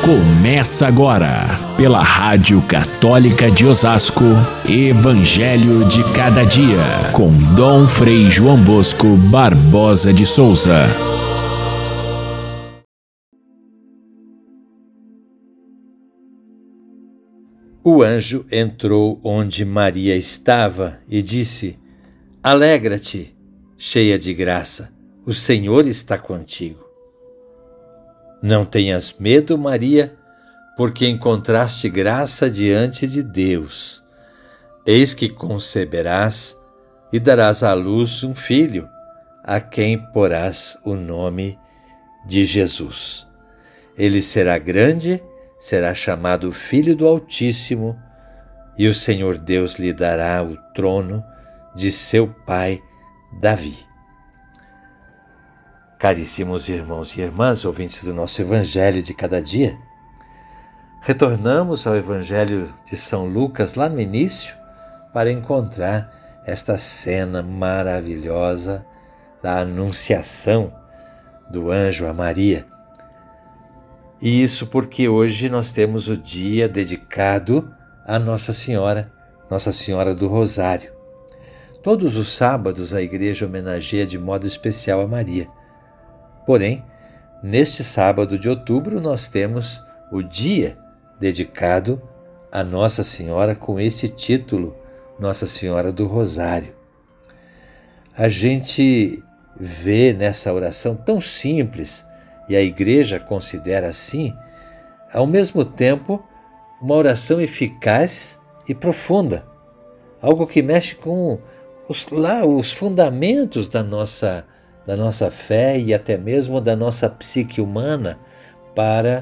Começa agora, pela Rádio Católica de Osasco, Evangelho de Cada Dia, com Dom Frei João Bosco Barbosa de Souza. O anjo entrou onde Maria estava e disse: Alegra-te, cheia de graça, o Senhor está contigo. Não tenhas medo, Maria, porque encontraste graça diante de Deus. Eis que conceberás e darás à luz um filho, a quem porás o nome de Jesus. Ele será grande, será chamado Filho do Altíssimo, e o Senhor Deus lhe dará o trono de seu pai Davi. Caríssimos irmãos e irmãs, ouvintes do nosso Evangelho de Cada Dia, retornamos ao Evangelho de São Lucas lá no início para encontrar esta cena maravilhosa da anunciação do anjo a Maria. E isso porque hoje nós temos o dia dedicado a Nossa Senhora do Rosário. Todos os sábados a igreja homenageia de modo especial a Maria. Porém, neste sábado de outubro nós temos o dia dedicado a Nossa Senhora com este título, Nossa Senhora do Rosário. A gente vê nessa oração tão simples, e a igreja considera assim, ao mesmo tempo, uma oração eficaz e profunda, algo que mexe com os fundamentos da nossa fé e até mesmo da nossa psique humana para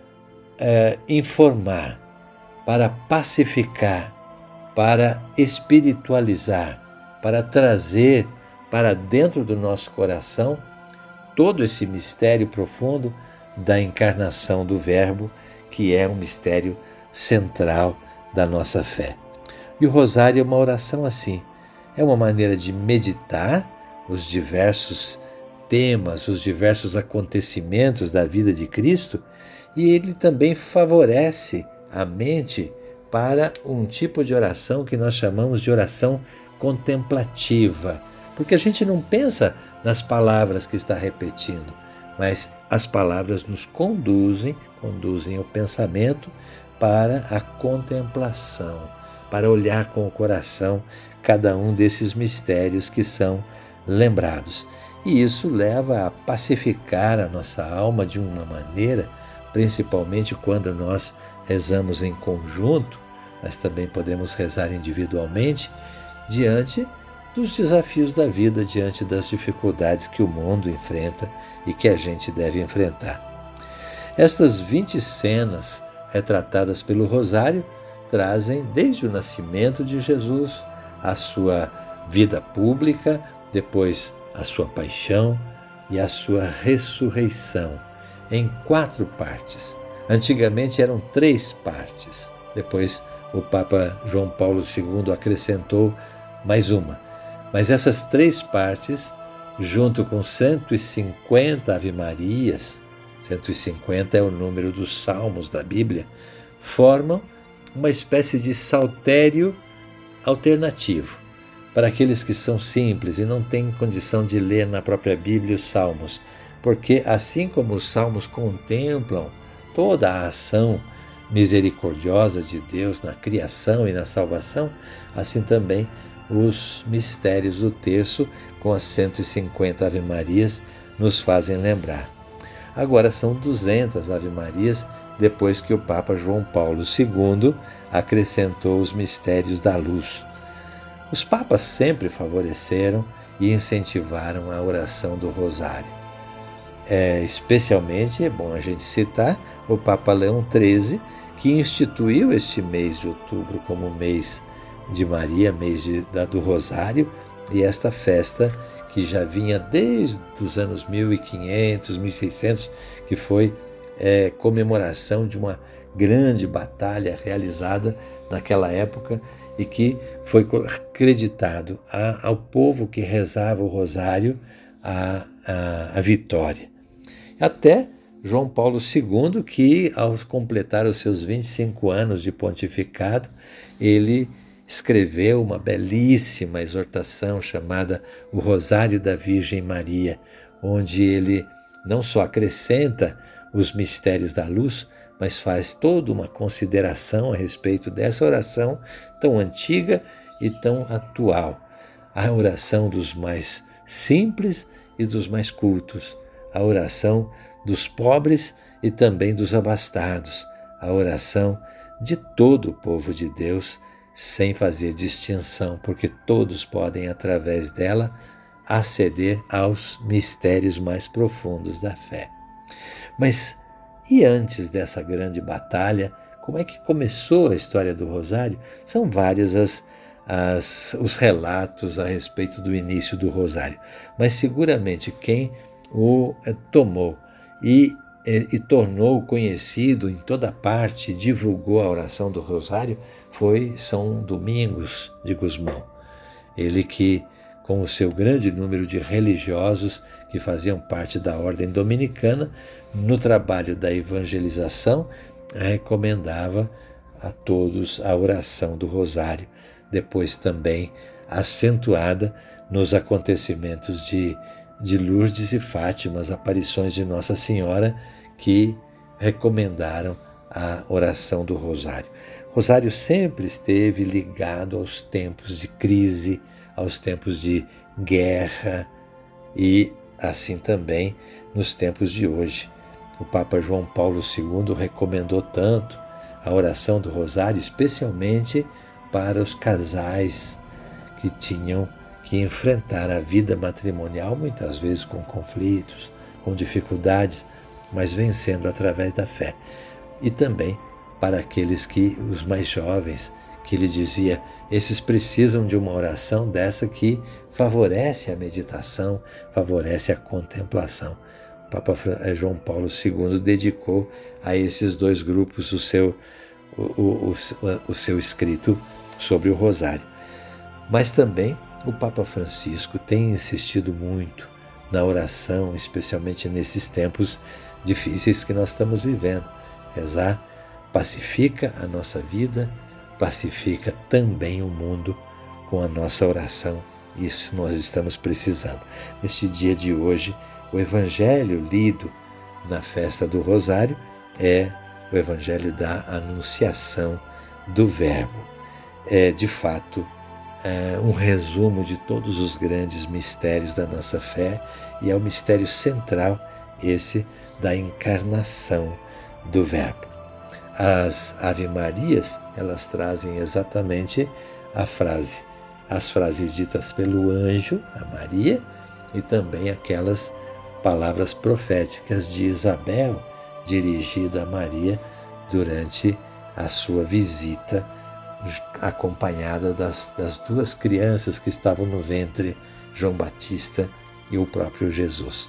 informar, para pacificar, para espiritualizar, para trazer para dentro do nosso coração todo esse mistério profundo da encarnação do Verbo, que é um mistério central da nossa fé. E o rosário é uma oração assim, é uma maneira de meditar os diversos temas, os diversos acontecimentos da vida de Cristo, e ele também favorece a mente para um tipo de oração que nós chamamos de oração contemplativa, porque a gente não pensa nas palavras que está repetindo, mas as palavras nos conduzem o pensamento para a contemplação, para olhar com o coração cada um desses mistérios que são lembrados. E isso leva a pacificar a nossa alma de uma maneira, principalmente quando nós rezamos em conjunto, mas também podemos rezar individualmente, diante dos desafios da vida, diante das dificuldades que o mundo enfrenta e que a gente deve enfrentar. Estas 20 cenas retratadas pelo Rosário trazem desde o nascimento de Jesus, a sua vida pública, depois a sua paixão e a sua ressurreição, em 4 partes. Antigamente eram 3 partes, depois o Papa João Paulo II acrescentou mais uma. Mas essas 3 partes, junto com 150 Ave-Marias, 150 é o número dos salmos da Bíblia, formam uma espécie de saltério alternativo para aqueles que são simples e não têm condição de ler na própria Bíblia os salmos, porque assim como os salmos contemplam toda a ação misericordiosa de Deus na criação e na salvação, assim também os mistérios do terço com as 150 Ave-Marias nos fazem lembrar. Agora são 200 Ave-Marias depois que o Papa João Paulo II acrescentou os mistérios da luz. Os papas sempre favoreceram e incentivaram a oração do Rosário. Especialmente é bom a gente citar o Papa Leão XIII, que instituiu este mês de outubro como mês de Maria, mês do Rosário, e esta festa que já vinha desde os anos 1500, 1600, que foi comemoração de uma grande batalha realizada naquela época e que foi acreditado ao povo que rezava o Rosário a vitória. Até João Paulo II, que ao completar os seus 25 anos de pontificado, ele escreveu uma belíssima exortação chamada O Rosário da Virgem Maria, onde ele não só acrescenta os mistérios da luz, mas faz toda uma consideração a respeito dessa oração tão antiga e tão atual. A oração dos mais simples e dos mais cultos, a oração dos pobres e também dos abastados, a oração de todo o povo de Deus, sem fazer distinção, porque todos podem, através dela, aceder aos mistérios mais profundos da fé. Mas e antes dessa grande batalha, como é que começou a história do Rosário? São várias os relatos a respeito do início do Rosário, mas seguramente quem o tomou e tornou conhecido em toda parte, divulgou a oração do Rosário, foi São Domingos de Gusmão. Ele que, com o seu grande número de religiosos que faziam parte da ordem dominicana, no trabalho da evangelização, recomendava a todos a oração do Rosário, depois também acentuada nos acontecimentos de Lourdes e Fátima, as aparições de Nossa Senhora, que recomendaram a oração do Rosário. Rosário sempre esteve ligado aos tempos de crise, aos tempos de guerra e assim também nos tempos de hoje. O Papa João Paulo II recomendou tanto a oração do Rosário, especialmente para os casais que tinham que enfrentar a vida matrimonial, muitas vezes com conflitos, com dificuldades, mas vencendo através da fé. E também para aqueles os mais jovens, que ele dizia, esses precisam de uma oração dessa que favorece a meditação, favorece a contemplação. O Papa João Paulo II dedicou a esses dois grupos o seu escrito sobre o Rosário. Mas também o Papa Francisco tem insistido muito na oração, especialmente nesses tempos difíceis que nós estamos vivendo. Rezar pacifica a nossa vida, pacifica também o mundo com a nossa oração. Isso nós estamos precisando. Neste dia de hoje, o Evangelho lido na festa do Rosário é o Evangelho da Anunciação do Verbo. É, de fato, um resumo de todos os grandes mistérios da nossa fé e é o mistério central, esse da encarnação do Verbo. As Ave-Marias, elas trazem exatamente as frases ditas pelo anjo a Maria e também aquelas palavras proféticas de Isabel dirigida a Maria durante a sua visita, acompanhada das duas crianças que estavam no ventre, João Batista e o próprio Jesus.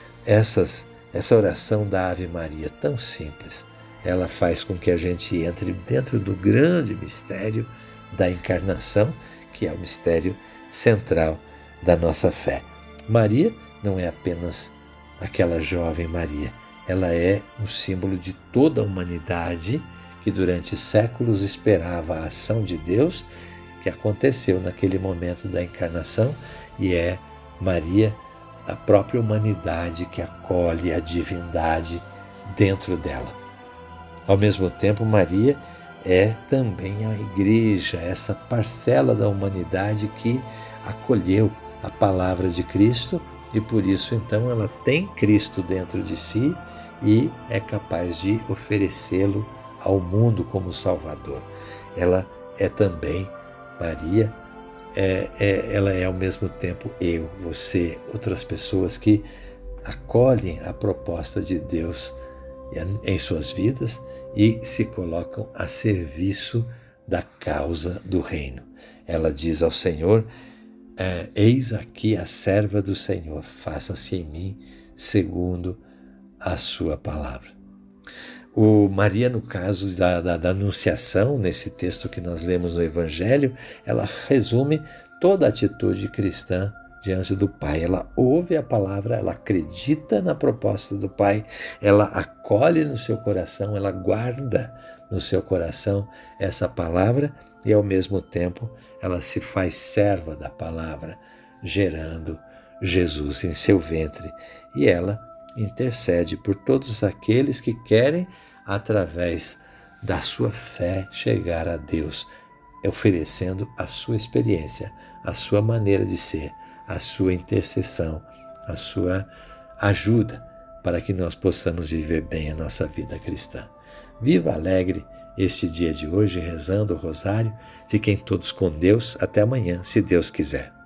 Essa oração da Ave Maria, tão simples, ela faz com que a gente entre dentro do grande mistério da encarnação, que é o mistério central da nossa fé. Maria não é apenas aquela jovem Maria, ela é um símbolo de toda a humanidade que durante séculos esperava a ação de Deus, que aconteceu naquele momento da encarnação, e é Maria, a própria humanidade que acolhe a divindade dentro dela. Ao mesmo tempo, Maria é também a Igreja, essa parcela da humanidade que acolheu a palavra de Cristo e por isso então ela tem Cristo dentro de si e é capaz de oferecê-lo ao mundo como Salvador. Ela é também, Maria, ela é ao mesmo tempo eu, você, outras pessoas que acolhem a proposta de Deus em suas vidas e se colocam a serviço da causa do reino. Ela diz ao Senhor, eis aqui a serva do Senhor, faça-se em mim segundo a sua palavra. Maria, no caso da Anunciação, nesse texto que nós lemos no Evangelho, ela resume toda a atitude cristã diante do Pai. Ela ouve a palavra, ela acredita na proposta do Pai, ela acolhe no seu coração, ela guarda no seu coração essa palavra e, ao mesmo tempo, ela se faz serva da palavra, gerando Jesus em seu ventre. E ela intercede por todos aqueles que querem, através da sua fé, chegar a Deus, oferecendo a sua experiência, a sua maneira de ser, a sua intercessão, a sua ajuda para que nós possamos viver bem a nossa vida cristã. Viva alegre este dia de hoje, rezando o rosário. Fiquem todos com Deus. Até amanhã, se Deus quiser.